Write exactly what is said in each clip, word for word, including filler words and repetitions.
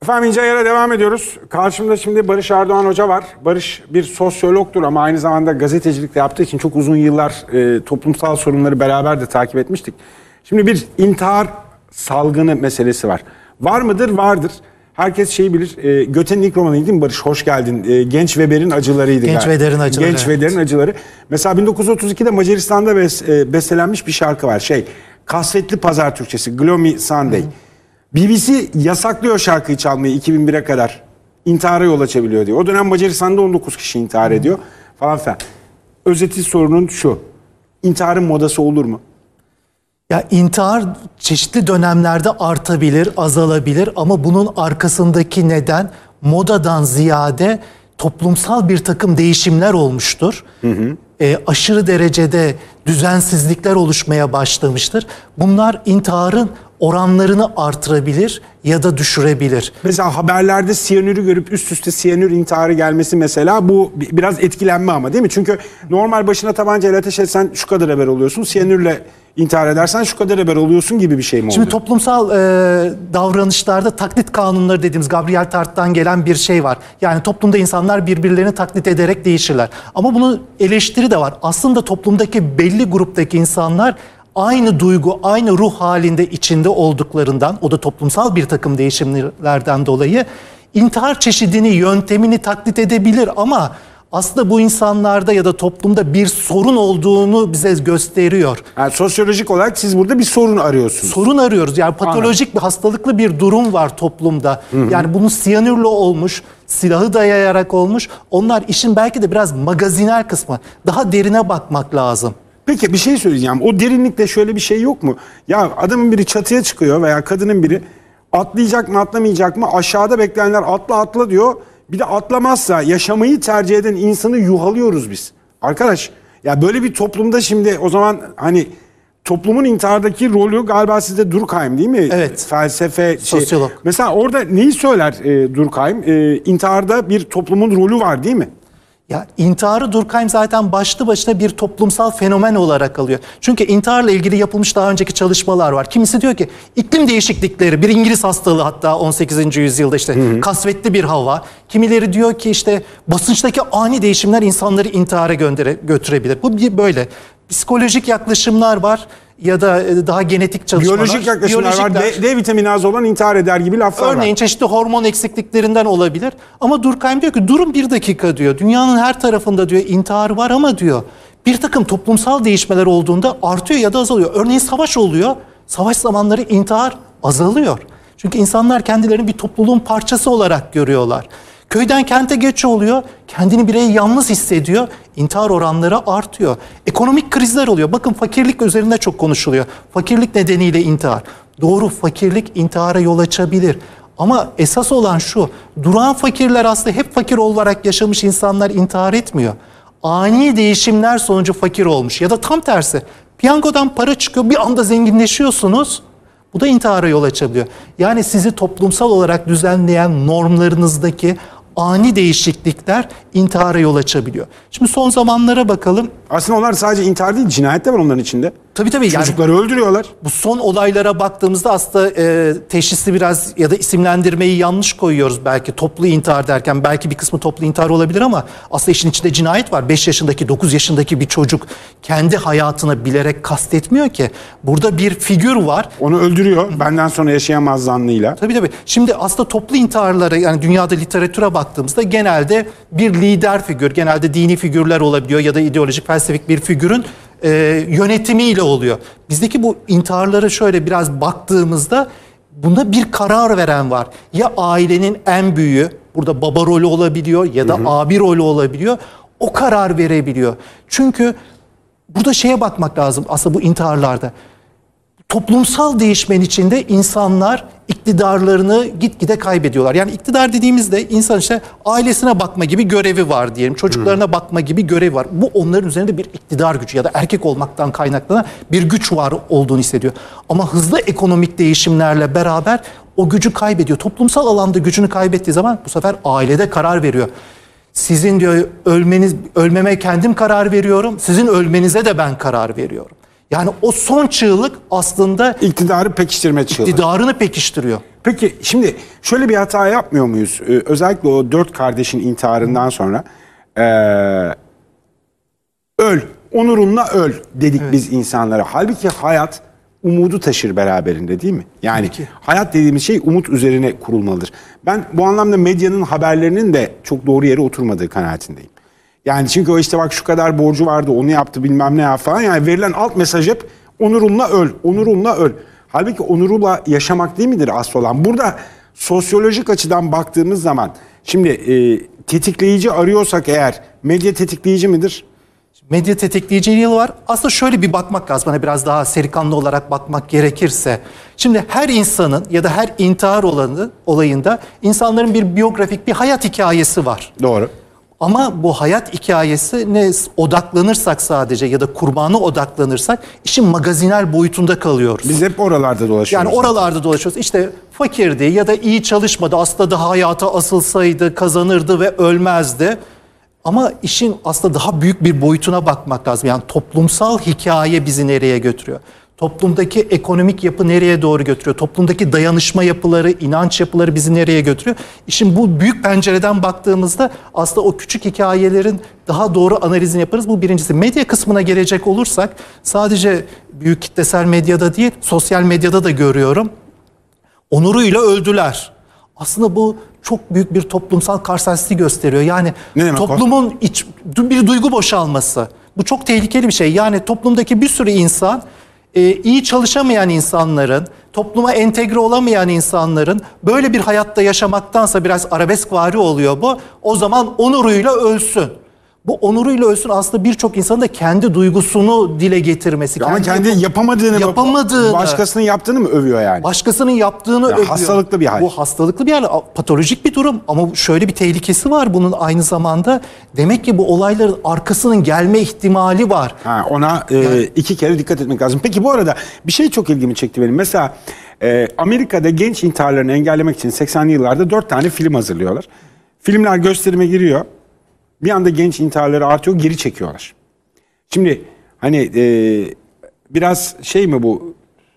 Efendim İnce Ayar'a devam ediyoruz. Karşımda şimdi Barış Ardoğan Hoca var. Barış bir sosyologtur ama aynı zamanda gazetecilik de yaptığı için çok uzun yıllar e, toplumsal sorunları beraber de takip etmiştik. Şimdi bir intihar salgını meselesi var. Var mıdır? Vardır. Herkes şeyi bilir. E, Göte'nin ilk romanıydı değil mi Barış? Hoş geldin. E, Genç Weber'in acılarıydı. Genç Weber'in acıları. Genç Weber'in acıları. Mesela bin dokuz yüz otuz ikide Macaristan'da bes, e, bestelenmiş bir şarkı var. Şey, Kasvetli Pazar Türkçesi. Gloomy Sunday. Hı. B B C yasaklıyor şarkıyı çalmayı iki bin bire kadar. İntihara yol açabiliyor diyor. O dönem Macaristan'da on dokuz kişi intihar ediyor falan filan. Özeti sorunun şu. İntiharın modası olur mu? Ya intihar çeşitli dönemlerde artabilir, azalabilir ama bunun arkasındaki neden modadan ziyade toplumsal bir takım değişimler olmuştur. Hı hı. E, aşırı derecede düzensizlikler oluşmaya başlamıştır. Bunlar intiharın oranlarını artırabilir ya da düşürebilir. Mesela haberlerde siyanürü görüp üst üste siyanür intiharı gelmesi mesela bu biraz etkilenme ama değil mi? Çünkü normal başına tabancayla ateş etsen şu kadar haber oluyorsun. Siyanürle intihar edersen şu kadar haber oluyorsun gibi bir şey mi oluyor? Şimdi toplumsal e, davranışlarda taklit kanunları dediğimiz Gabriel Tart'tan gelen bir şey var. Yani toplumda insanlar birbirlerini taklit ederek değişirler. Ama bunun eleştiri de var. Aslında toplumdaki belli gruptaki insanlar aynı duygu, aynı ruh halinde içinde olduklarından, o da toplumsal bir takım değişimlerden dolayı intihar çeşidini, yöntemini taklit edebilir ama aslında bu insanlarda ya da toplumda bir sorun olduğunu bize gösteriyor. Yani sosyolojik olarak siz burada bir sorun arıyorsunuz. Sorun arıyoruz. Yani patolojik Anladım. bir hastalıklı bir durum var toplumda. Hı hı. Yani bunun siyanürle olmuş, silahı dayayarak olmuş. Onlar işin belki de biraz magazinel kısmı. Daha derine bakmak lazım. Peki bir şey söyleyeceğim. O derinlikte şöyle bir şey yok mu? Ya adamın biri çatıya çıkıyor veya kadının biri atlayacak mı atlamayacak mı? Aşağıda bekleyenler atla atla diyor. Bir de atlamazsa yaşamayı tercih eden insanı yuhalıyoruz biz. Arkadaş ya böyle bir toplumda şimdi o zaman hani toplumun intihardaki rolü galiba sizde Durkheim değil mi? Evet. Felsefe, sosyolog. Şey. Mesela orada neyi söyler e, Durkheim? E, intiharda bir toplumun rolü var değil mi? Ya intiharı Durkheim zaten başlı başına bir toplumsal fenomen olarak alıyor. Çünkü intiharla ilgili yapılmış daha önceki çalışmalar var. Kimisi diyor ki iklim değişiklikleri, bir İngiliz hastalığı hatta on sekizinci yüzyılda işte hı hı. kasvetli bir hava. Kimileri diyor ki işte basınçtaki ani değişimler insanları intihara göndere, götürebilir. Bu bir böyle. Psikolojik yaklaşımlar var ya da daha genetik çalışmalar. Biyolojik yaklaşımlar var. D, D vitamini az olan intihar eder gibi laflar Örneğin, var. Örneğin çeşitli hormon eksikliklerinden olabilir. Ama Durkheim diyor ki durun bir dakika diyor. Dünyanın her tarafında diyor intihar var ama diyor bir takım toplumsal değişmeler olduğunda artıyor ya da azalıyor. Örneğin savaş oluyor. Savaş zamanları intihar azalıyor. Çünkü insanlar kendilerini bir topluluğun parçası olarak görüyorlar. Köyden kente göç oluyor, kendini birey yalnız hissediyor, intihar oranları artıyor. Ekonomik krizler oluyor. Bakın fakirlik üzerinde çok konuşuluyor. Fakirlik nedeniyle intihar. Doğru, fakirlik intihara yol açabilir. Ama esas olan şu, duran fakirler aslında hep fakir olarak yaşamış insanlar intihar etmiyor. Ani değişimler sonucu fakir olmuş ya da tam tersi. Piyangodan para çıkıyor, bir anda zenginleşiyorsunuz. Bu da intihara yol açabiliyor. Yani sizi toplumsal olarak düzenleyen normlarınızdaki ani değişiklikler intihara yol açabiliyor. Şimdi son zamanlara bakalım. Aslında onlar sadece intihar değil, cinayet de var onların içinde. Tabii tabii. Çocukları yani, öldürüyorlar. Bu son olaylara baktığımızda aslında e, teşhisi biraz ya da isimlendirmeyi yanlış koyuyoruz belki. Toplu intihar derken belki bir kısmı toplu intihar olabilir ama aslında işin içinde cinayet var. beş yaşındaki, dokuz yaşındaki bir çocuk kendi hayatını bilerek kastetmiyor ki. Burada bir figür var. Onu öldürüyor. Benden sonra yaşayamaz zannıyla. Tabii tabii. Şimdi aslında toplu intiharlara yani dünyada literatüre baktığımızda genelde bir lider figür, genelde dini figürler olabiliyor ya da ideolojik, felsefik bir figürün e, yönetimiyle oluyor. Bizdeki bu intiharlara şöyle biraz baktığımızda bunda bir karar veren var. Ya ailenin en büyüğü, burada baba rolü olabiliyor ya da hı hı. abi rolü olabiliyor. O karar verebiliyor. Çünkü burada şeye bakmak lazım aslında bu intiharlarda. Toplumsal değişmen içinde insanlar iktidarlarını gitgide kaybediyorlar. Yani iktidar dediğimizde insan işte ailesine bakma gibi görevi var diyelim. Çocuklarına hmm. bakma gibi görevi var. Bu onların üzerinde bir iktidar gücü ya da erkek olmaktan kaynaklanan bir güç var olduğunu hissediyor. Ama hızlı ekonomik değişimlerle beraber o gücü kaybediyor. Toplumsal alanda gücünü kaybettiği zaman bu sefer ailede karar veriyor. Sizin diyor ölmeniz, ölmeme kendim karar veriyorum. Sizin ölmenize de ben karar veriyorum. Yani o son çığlık aslında İktidarı pekiştirme çığlığı. iktidarını pekiştiriyor. Peki şimdi şöyle bir hata yapmıyor muyuz? Ee, özellikle o dört kardeşin intiharından sonra ee, öl, onurunla öl dedik Evet. biz insanlara. Halbuki hayat umudu taşır beraberinde, değil mi? Yani Tabii ki. hayat dediğimiz şey umut üzerine kurulmalıdır. Ben bu anlamda medyanın haberlerinin de çok doğru yere oturmadığı kanaatindeyim. Yani çünkü o işte bak şu kadar borcu vardı, onu yaptı bilmem ne ya falan. Yani verilen alt mesaj hep onurunla öl, onurunla öl. Halbuki onuruyla yaşamak değil midir asıl olan? Burada sosyolojik açıdan baktığımız zaman şimdi e, tetikleyici arıyorsak eğer medya tetikleyici midir? Medya tetikleyiciliği var. Aslında şöyle bir bakmak lazım. Hani biraz daha serikanlı olarak bakmak gerekirse. Şimdi her insanın ya da her intihar olanı, olayında insanların bir biyografik bir hayat hikayesi var. Doğru. Ama bu hayat hikayesine odaklanırsak sadece ya da kurbana odaklanırsak işin magazinel boyutunda kalıyoruz. Biz hep oralarda dolaşıyoruz. Yani oralarda dolaşıyoruz. İşte fakirdi ya da iyi çalışmadı. Aslında da hayata asılsaydı kazanırdı ve ölmezdi. Ama işin aslında daha büyük bir boyutuna bakmak lazım. Yani toplumsal hikaye bizi nereye götürüyor? Toplumdaki ekonomik yapı nereye doğru götürüyor? Toplumdaki dayanışma yapıları, inanç yapıları bizi nereye götürüyor? İşin bu büyük pencereden baktığımızda aslında o küçük hikayelerin daha doğru analizini yaparız. Bu birincisi. Medya kısmına gelecek olursak sadece büyük kitlesel medyada değil, sosyal medyada da görüyorum. Onuruyla öldüler. Aslında bu çok büyük bir toplumsal karsantisi gösteriyor. Yani toplumun iç, bir duygu boşalması. Bu çok tehlikeli bir şey. Yani toplumdaki bir sürü insan, e, iyi çalışamayan insanların, topluma entegre olamayan insanların böyle bir hayatta yaşamaktansa biraz arabeskvari oluyor bu. O zaman onuruyla ölsün. Bu onuruyla ölsün aslında birçok insanın da kendi duygusunu dile getirmesi. Ama kendi, kendi yapamadığını, yapamadığını, başkasının yaptığını mı övüyor yani? Başkasının yaptığını Ya övüyor. hastalıklı bir hal. Bu hastalıklı bir hal, patolojik bir durum ama şöyle bir tehlikesi var bunun aynı zamanda. Demek ki bu olayların arkasının gelme ihtimali var. Ha, ona e, Yani- iki kere dikkat etmek lazım. Peki bu arada bir şey çok ilgimi çekti benim. Mesela e, Amerika'da genç intiharlarını engellemek için seksenli yıllarda dört tane film hazırlıyorlar. Filmler gösterime giriyor. Bir anda genç intiharları artıyor, geri çekiyorlar. Şimdi hani e, biraz şey mi bu,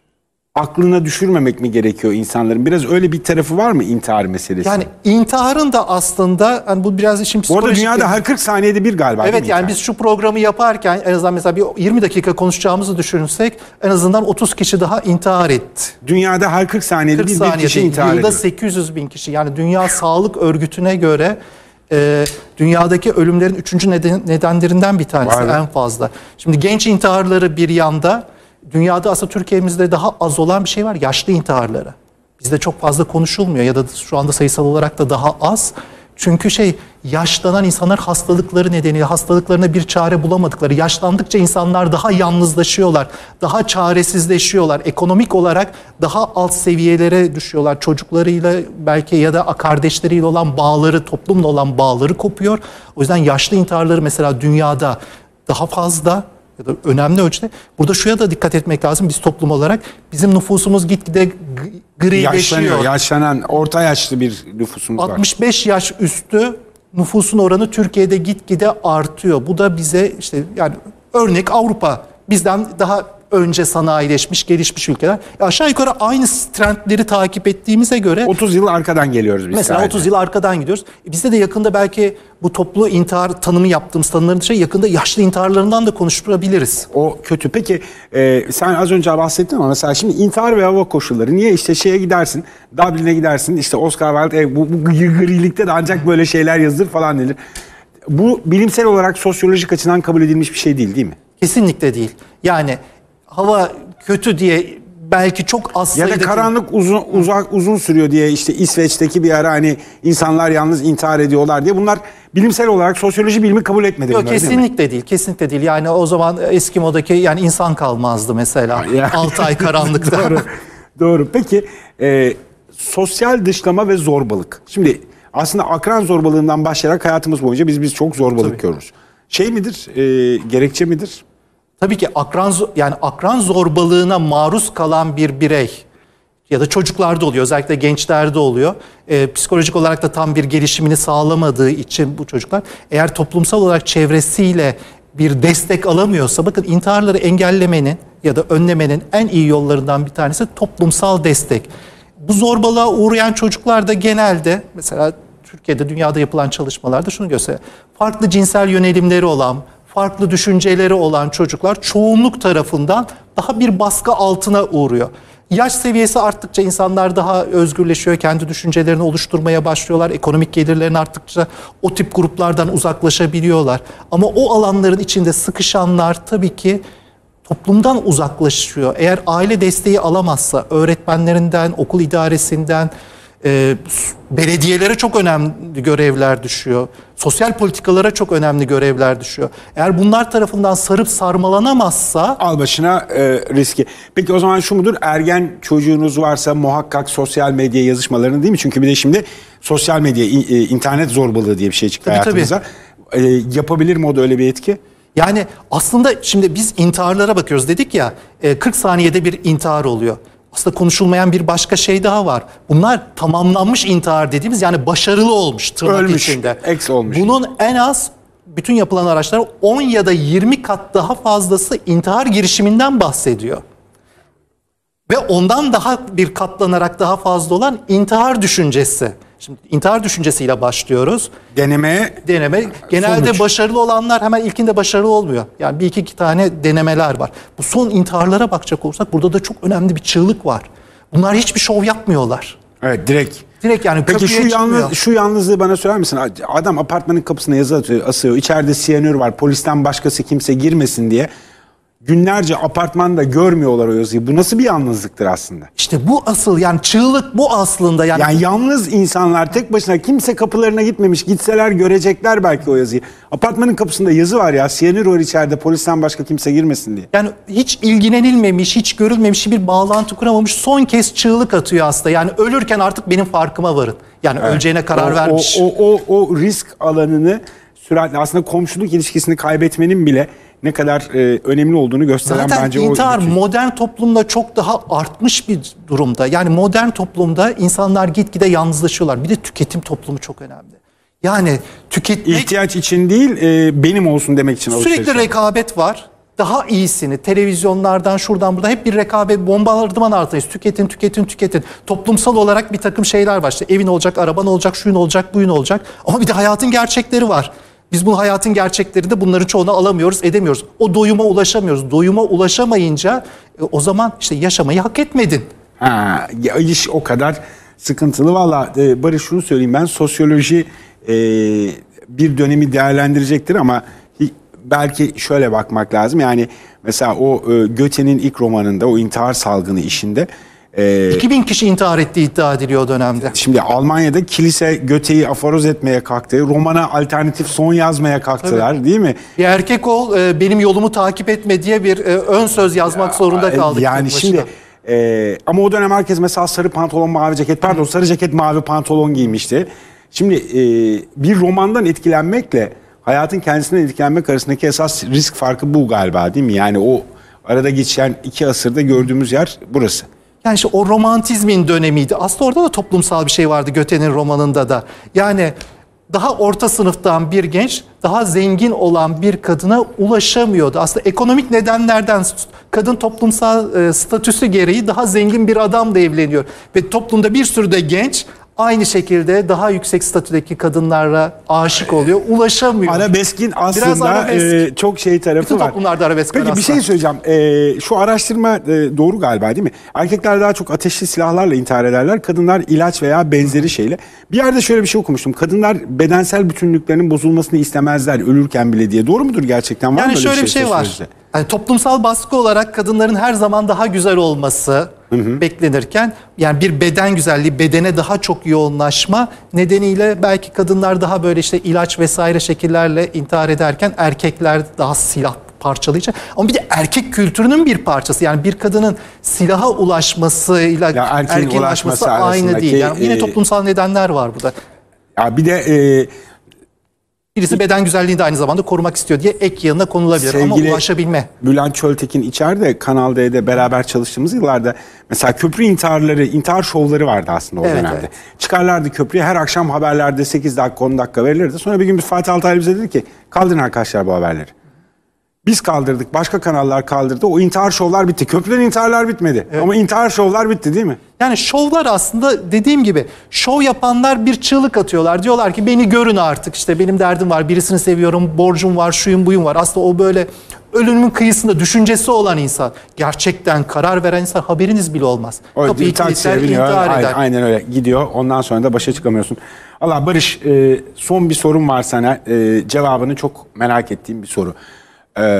aklına düşürmemek mi gerekiyor insanların? Biraz öyle bir tarafı var mı intihar meselesi? Yani intiharın da aslında hani bu biraz işin bu psikolojik... arada dünyada her kırk saniyede bir galiba. değil Evet mi yani intihar? biz şu programı yaparken en azından mesela bir yirmi dakika konuşacağımızı düşünürsek en azından otuz kişi daha intihar etti. Dünyada her kırk saniyede kırk bir, bir kişi saniyede intihar yılda ediyor. sekiz yüz bin kişi. Yani Dünya Sağlık Örgütü'ne göre e, dünyadaki ölümlerin üçüncü neden, nedenlerinden bir tanesi Vay be. en fazla. Şimdi genç intiharları bir yanda, dünyada aslında Türkiye'mizde daha az olan bir şey var, yaşlı intiharları. Bizde çok fazla konuşulmuyor ya da şu anda sayısal olarak da daha az. Çünkü şey, yaşlanan insanlar hastalıkları nedeniyle hastalıklarına bir çare bulamadıkları, yaşlandıkça insanlar daha yalnızlaşıyorlar, daha çaresizleşiyorlar, ekonomik olarak daha alt seviyelere düşüyorlar. Çocuklarıyla belki ya da kardeşleriyle olan bağları, toplumla olan bağları kopuyor. O yüzden yaşlı intiharları mesela dünyada daha fazla ya da önemli ölçüde. Burada şuraya da dikkat etmek lazım biz toplum olarak. Bizim nüfusumuz gitgide g- grileşiyor. Yaşlanıyor, yaşlanan orta yaşlı bir nüfusumuz var. altmış beş yaş üstü nüfusun oranı Türkiye'de gitgide artıyor. Bu da bize işte yani örnek Avrupa bizden daha önce sanayileşmiş, gelişmiş ülkeler. Aşağı yukarı aynı trendleri takip ettiğimize göre otuz yıl arkadan geliyoruz biz mesela sadece. otuz yıl arkadan gidiyoruz. E Bizde de yakında belki bu toplu intihar tanımı yaptığımız tanımların dışında yakında yaşlı intiharlarından da konuşturabiliriz. O kötü. Peki e, sen az önce bahsettin ama mesela şimdi intihar ve hava koşulları, niye işte şeye gidersin, Dublin'e gidersin, işte Oscar Wilde e, bu, bu grilikte de ancak böyle şeyler yazılır falan denir. Bu bilimsel olarak sosyolojik açıdan kabul edilmiş bir şey değil değil mi? Kesinlikle değil. Yani hava kötü diye belki çok az Ya da sayıda... karanlık uzun uzak uzun sürüyor diye işte İsveç'teki bir ara hani insanlar yalnız intihar ediyorlar diye, bunlar bilimsel olarak sosyoloji bilimi kabul etmedi. Yok, bunları, değil mi? kesinlikle değil, kesinlikle değil. Yani o zaman Eskimo'daki yani insan kalmazdı mesela. Ya. altı ay karanlıkta. Doğru. Doğru. Peki e, sosyal dışlama ve zorbalık. Şimdi aslında akran zorbalığından başlayarak hayatımız boyunca biz biz çok zorbalık Tabii. görürüz. Şey midir? E, gerekçe midir? Tabii ki akran zo- yani akran zorbalığına maruz kalan bir birey ya da çocuklarda oluyor, özellikle gençlerde oluyor. Ee, psikolojik olarak da tam bir gelişimini sağlamadığı için bu çocuklar eğer toplumsal olarak çevresiyle bir destek alamıyorsa, bakın intiharları engellemenin ya da önlemenin en iyi yollarından bir tanesi toplumsal destek. Bu zorbalığa uğrayan çocuklar da genelde mesela Türkiye'de, dünyada yapılan çalışmalarda şunu gösteriyor. Farklı cinsel yönelimleri olan, farklı düşünceleri olan çocuklar çoğunluk tarafından daha bir baskı altına uğruyor. Yaş seviyesi arttıkça insanlar daha özgürleşiyor, kendi düşüncelerini oluşturmaya başlıyorlar. Ekonomik gelirlerini arttıkça o tip gruplardan uzaklaşabiliyorlar. Ama o alanların içinde sıkışanlar tabii ki toplumdan uzaklaşıyor. Eğer aile desteği alamazsa öğretmenlerinden, okul idaresinden, e, belediyelere çok önemli görevler düşüyor. Sosyal politikalara çok önemli görevler düşüyor. Eğer bunlar tarafından sarıp sarmalanamazsa... Al başına e, riski. Peki o zaman şu mudur? Ergen çocuğunuz varsa muhakkak sosyal medya yazışmalarını, değil mi? Çünkü bir de şimdi sosyal medya, e, internet zorbalığı diye bir şey çıktı Tabii, hayatımıza. E, yapabilir mi o da öyle bir etki? Yani aslında şimdi biz intiharlara bakıyoruz, dedik ya kırk saniyede bir intihar oluyor. Aslında konuşulmayan bir başka şey daha var. Bunlar tamamlanmış intihar dediğimiz, yani başarılı olmuş tırnak Ölmüş, içinde. ex olmuş. Bunun en az bütün yapılan araçlar on ya da yirmi kat daha fazlası intihar girişiminden bahsediyor. Ve ondan daha bir katlanarak daha fazla olan intihar düşüncesi. Şimdi intihar düşüncesiyle başlıyoruz. Deneme. Deneme. Genelde sonuç. Başarılı olanlar hemen ilkinde başarılı olmuyor. Yani bir iki, iki tane denemeler var. Bu son intiharlara bakacak olursak burada da çok önemli bir çığlık var. Bunlar hiçbir şov yapmıyorlar. Evet, direkt. Direkt yani Peki köprüye şu çıkmıyor. yalnız, şu yalnızlığı bana söyler misin? Adam apartmanın kapısına yazı atıyor, asıyor. İçeride siyanür var. Polisten başkası kimse girmesin diye. Günlerce apartmanda görmüyorlar o yazıyı. Bu nasıl bir yalnızlıktır aslında? İşte bu asıl, yani çığlık bu aslında. Yani, Yani yalnız insanlar tek başına, kimse kapılarına gitmemiş. Gitseler görecekler belki o yazıyı. Apartmanın kapısında yazı var ya. Siyanür var içeride, polisten başka kimse girmesin diye. yani hiç ilgilenilmemiş, hiç görülmemiş, bir bağlantı kuramamış, son kez çığlık atıyor aslında. Yani ölürken artık benim farkıma varın. Yani evet. Öleceğine karar o, vermiş. O, o, o, o risk alanını süratle, aslında komşuluk ilişkisini kaybetmenin bile ne kadar e, önemli olduğunu gösteren Zaten bence intihar o. Zaten modern toplumda çok daha artmış bir durumda. Yani modern toplumda insanlar gitgide yalnızlaşıyorlar. Bir de tüketim toplumu çok önemli. Yani tüketmek... ihtiyaç için değil, e, benim olsun demek için. Sürekli rekabet var. Daha iyisini televizyonlardan, şuradan buradan hep bir rekabet, bombardıman altındayız. Tüketin, tüketin, tüketin. Toplumsal olarak bir takım şeyler var. İşte evin olacak, araban olacak, şuyun olacak, buyun olacak. Ama bir de hayatın gerçekleri var. Biz bu hayatın gerçeklerinde bunların çoğunu alamıyoruz, edemiyoruz. O doyuma ulaşamıyoruz. Doyuma ulaşamayınca e, o zaman işte yaşamayı hak etmedin. Ha, ya, iş o kadar sıkıntılı. Valla e, Barış, şunu söyleyeyim, ben sosyoloji e, bir dönemi değerlendirecektir ama belki şöyle bakmak lazım. Yani mesela o e, Goethe'nin ilk romanında, o intihar salgını işinde e, iki bin kişi intihar ettiği iddia ediliyor o dönemde. Şimdi Almanya'da kilise Goethe'yi aforoz etmeye kalktı. Romana alternatif son yazmaya kalktılar. Tabii. Değil mi? Bir erkek ol, e, benim yolumu takip etme diye bir e, ön söz yazmak ya, zorunda kaldık. Yani şimdi e, ama o dönem herkes mesela sarı pantolon, mavi ceket, pardon sarı ceket, mavi pantolon giymişti. Şimdi e, bir romandan etkilenmekle hayatın kendisinden etkilenmek arasındaki esas risk farkı bu galiba, değil mi? Yani o arada geçen iki asırda gördüğümüz yer burası. Yani işte o romantizmin dönemiydi. Aslında orada da toplumsal bir şey vardı Goethe'nin romanında da. Yani daha orta sınıftan bir genç daha zengin olan bir kadına ulaşamıyordu. Aslında ekonomik nedenlerden kadın toplumsal e, statüsü gereği daha zengin bir adamla evleniyor. Ve toplumda bir sürü de genç aynı şekilde daha yüksek statüdeki kadınlara aşık oluyor, ulaşamıyor. Arabeskin aslında arabesk. E, çok şey tarafı Bütün var. toplumlarda arabesk. Peki aslında. Bir şey söyleyeceğim. E, şu araştırma e, doğru galiba, değil mi? Erkekler daha çok ateşli silahlarla intihar ederler. Kadınlar ilaç veya benzeri şeyle. Bir yerde şöyle bir şey okumuştum. Kadınlar bedensel bütünlüklerinin bozulmasını istemezler ölürken bile diye. Doğru mudur gerçekten? Var yani mı şöyle bir bir şey, şey var. Yani toplumsal baskı olarak kadınların her zaman daha güzel olması hı hı. beklenirken, yani bir beden güzelliği, bedene daha çok yoğunlaşma nedeniyle belki kadınlar daha böyle işte ilaç vesaire şekillerle intihar ederken erkekler daha silah parçalayıcı. Ama bir de erkek kültürünün bir parçası. Yani bir kadının silaha ulaşmasıyla ya erkeğin, erkeğin ulaşması aynı değil. Yani yine e, toplumsal nedenler var burada. Ya bir de e, birisi beden güzelliğini de aynı zamanda korumak istiyor diye ek yanına konulabilir. Sevgili ama ulaşabilme. Bülent Çöltekin içeride Kanal D'de beraber çalıştığımız yıllarda mesela köprü intiharları, intihar şovları vardı aslında o evet, dönemde. Evet. Çıkarlardı köprüye, her akşam haberlerde sekiz dakika on dakika verilirdi. Sonra bir gün bir Fatih Altaylı bize dedi ki kaldırın arkadaşlar bu haberleri. Biz kaldırdık, başka kanallar kaldırdı. O intihar şovlar bitti. Köprüden intiharlar bitmedi. Evet. Ama intihar şovlar bitti değil mi? Yani şovlar aslında dediğim gibi şov yapanlar bir çığlık atıyorlar. Diyorlar ki beni görün artık, işte benim derdim var, birisini seviyorum, borcum var, şuyum buyum var. Aslında o böyle ölümün kıyısında düşüncesi olan insan, gerçekten karar veren insan haberiniz bile olmaz. O Kapıyı kilitler, intihar aynen, eder. aynen öyle gidiyor. Ondan sonra da başa çıkamıyorsun. Allah Barış, e, son bir sorum var sana. E, cevabını çok merak ettiğim bir soru. Ee,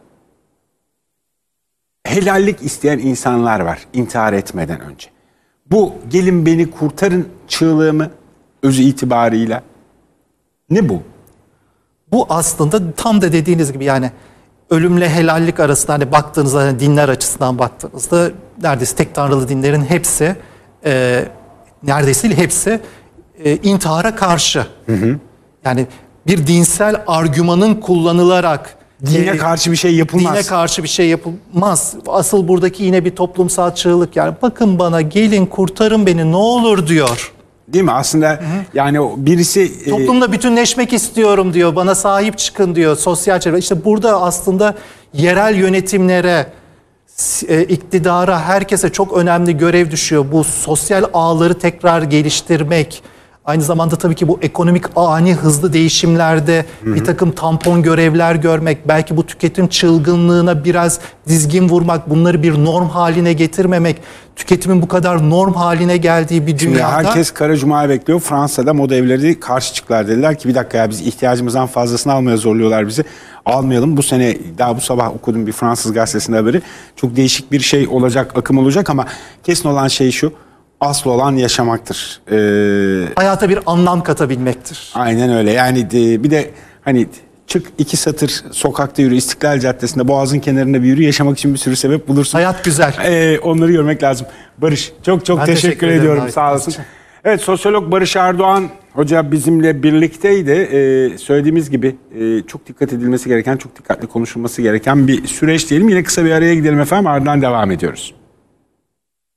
helallik isteyen insanlar var intihar etmeden önce. Bu gelin beni kurtarın çığlığı mı özü itibarıyla? Ne bu? Bu aslında tam da dediğiniz gibi, yani ölümle helallik arasında hani baktığınızda, hani dinler açısından baktığınızda neredeyse tek tanrılı dinlerin hepsi e, neredeyse hepsi e, intihara karşı. Hı hı. Yani bir dinsel argümanın kullanılarak dine karşı bir şey yapılmaz. Dine karşı bir şey yapılmaz. Asıl buradaki yine bir toplumsal çığlık, yani bakın bana, gelin kurtarın beni ne olur diyor. Değil mi? Aslında hı hı. Yani birisi... Toplumda e... bütünleşmek istiyorum diyor, bana sahip çıkın diyor, sosyal çevre. İşte burada aslında yerel yönetimlere, e, iktidara, herkese çok önemli görev düşüyor. Bu sosyal ağları tekrar geliştirmek. Aynı zamanda tabii ki bu ekonomik ani hızlı değişimlerde hı hı. bir takım tampon görevler görmek, belki bu tüketim çılgınlığına biraz dizgin vurmak, bunları bir norm haline getirmemek, tüketimin bu kadar norm haline geldiği bir dünyada... Şimdi herkes Kara Cuma'yı bekliyor. Fransa'da moda evleri karşı çıktılar, dediler ki bir dakika ya, biz ihtiyacımızdan fazlasını almaya zorluyorlar bizi. Almayalım. Bu sene, daha bu sabah okudum bir Fransız gazetesinde haberi. Çok değişik bir şey olacak, akım olacak ama kesin olan şey şu: asıl olan yaşamaktır. Ee, Hayata bir anlam katabilmektir. Aynen öyle. Yani de, bir de hani çık iki satır sokakta yürü, İstiklal Caddesi'nde, Boğaz'ın kenarında bir yürü, yaşamak için bir sürü sebep bulursun. Hayat güzel. Ee, onları görmek lazım. Barış, çok çok teşekkür, teşekkür ediyorum. Abi. Sağ olasın. Evet, sosyolog Barış Erdoğan Hoca bizimle birlikteydi. Ee, söylediğimiz gibi e, çok dikkat edilmesi gereken, çok dikkatli konuşulması gereken bir süreç diyelim. Yine kısa bir araya gidelim efendim, ardından devam ediyoruz.